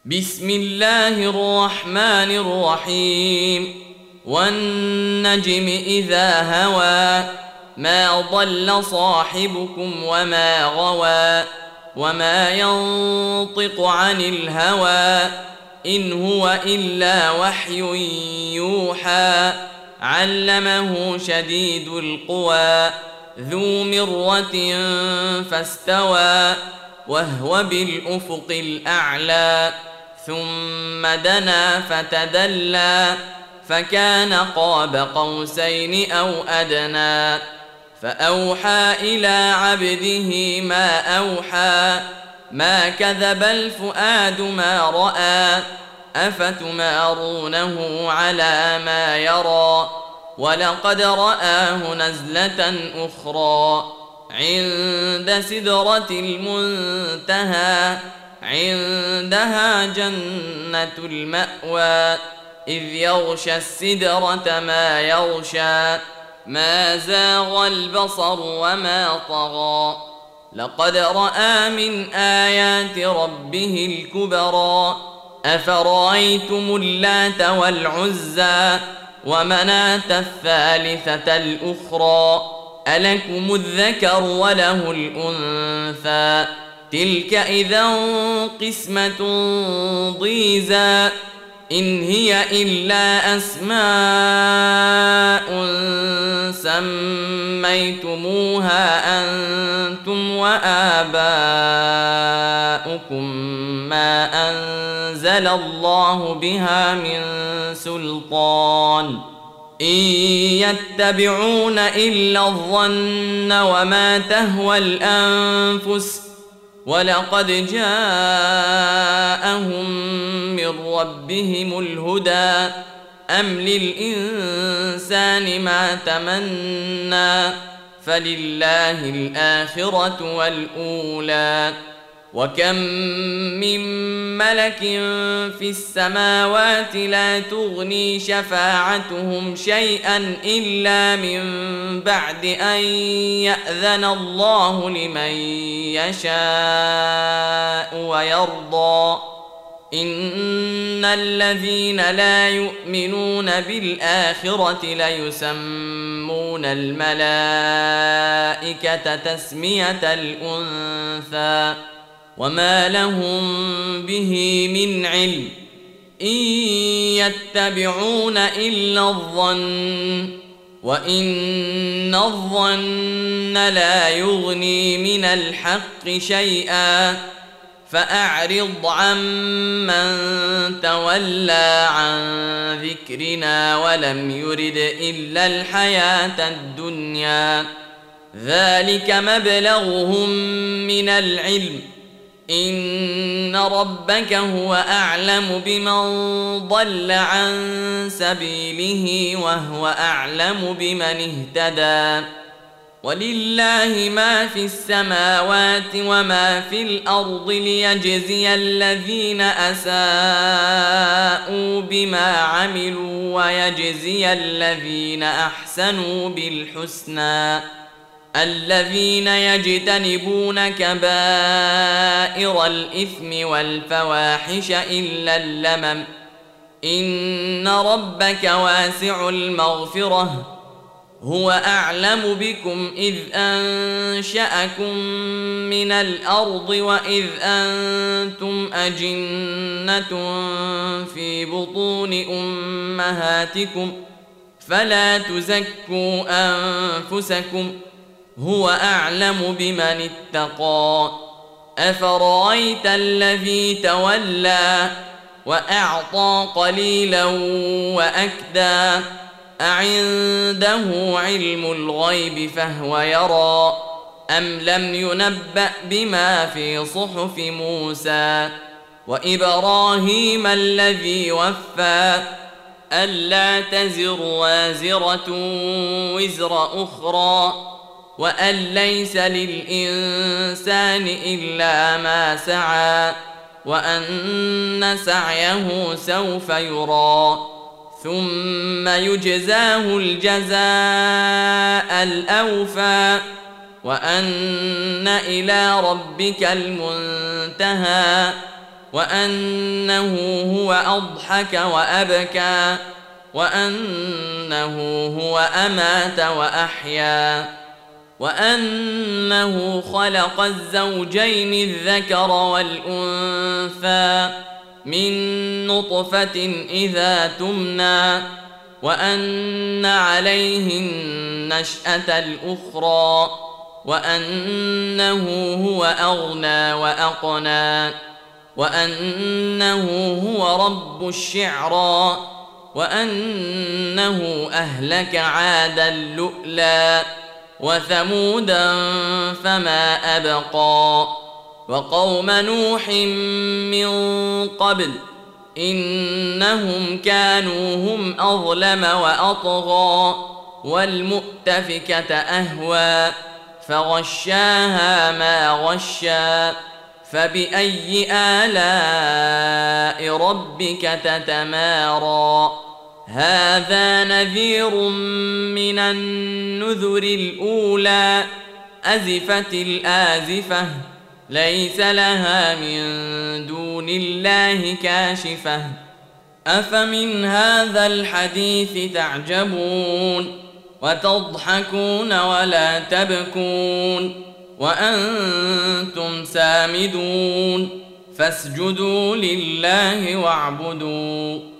بسم الله الرحمن الرحيم والنجم إذا هوى ما ضل صاحبكم وما غوى وما ينطق عن الهوى إن هو إلا وحي يوحى علمه شديد القوى ذو مرة فاستوى وهو بالأفق الأعلى ثم دنا فتدلى فكان قاب قوسين أو أدنى فأوحى إلى عبده ما أوحى ما كذب الفؤاد ما رأى أفتمارونه على ما يرى ولقد رآه نزلة أخرى عند سدرة المنتهى عندها جنة المأوى إذ يغشى السدرة ما يغشى ما زاغ البصر وما طغى لقد رأى من آيات ربه الكبرى أفرأيتم اللات والعزى ومناة الثالثة الأخرى ألكم الذكر وله الأنثى تلك إذا قسمة ضيزى إن هي إلا أسماء سميتموها أنتم وآباؤكم ما أنزل الله بها من سلطان إن يتبعون إلا الظن وما تهوى الأنفس ولقد جاءهم من ربهم الهدى أم للإنسان ما تمنى فلله الآخرة والأولى وكم من ملك في السماوات لا تغني شفاعتهم شيئا إلا من بعد أن يأذن الله لمن يشاء ويرضى إن الذين لا يؤمنون بالآخرة ليسمون الملائكة تسمية الأنثى وما لهم به من علم إن يتبعون إلا الظن وإن الظن لا يغني من الحق شيئا فأعرض عمن تولى عن ذكرنا ولم يرد إلا الحياة الدنيا ذلك مبلغهم من العلم إن ربك هو أعلم بمن ضل عن سبيله وهو أعلم بمن اهتدى ولله ما في السماوات وما في الأرض ليجزي الذين أساءوا بما عملوا ويجزي الذين أحسنوا بالحسنى الذين يجتنبون كبائر الإثم والفواحش إلا اللمم إن ربك واسع المغفرة هو أعلم بكم إذ أنشأكم من الأرض وإذ أنتم أجنة في بطون أمهاتكم فلا تزكوا أنفسكم هو أعلم بمن اتقى أفرأيت الذي تولى وأعطى قليلا وأكدى أعنده علم الغيب فهو يرى أم لم ينبأ بما في صحف موسى وإبراهيم الذي وفى ألا تزر وازرة وزر أخرى وأن ليس للإنسان إلا ما سعى وأن سعيه سوف يرى ثم يجزاه الجزاء الأوفى وأن إلى ربك المنتهى وأنه هو أضحك وأبكى وأنه هو أمات وأحيا وأنه خلق الزوجين الذكر والأنثى من نطفة إذا تمنى وأن عليه النشأة الأخرى وأنه هو أغنى وأقنى وأنه هو رب الشعرى وأنه أهلك عادا اللؤلؤ وثمودا فما أبقى وقوم نوح من قبل إنهم كانوا هم أظلم وأطغى والمؤتفكة أهوى فغشاها ما غشى فبأي آلاء ربك تتمارى هذا نذير من النذر الأولى أزفت الآزفة ليس لها من دون الله كاشفة أفمن هذا الحديث تعجبون وتضحكون ولا تبكون وأنتم سامدون فاسجدوا لله واعبدوا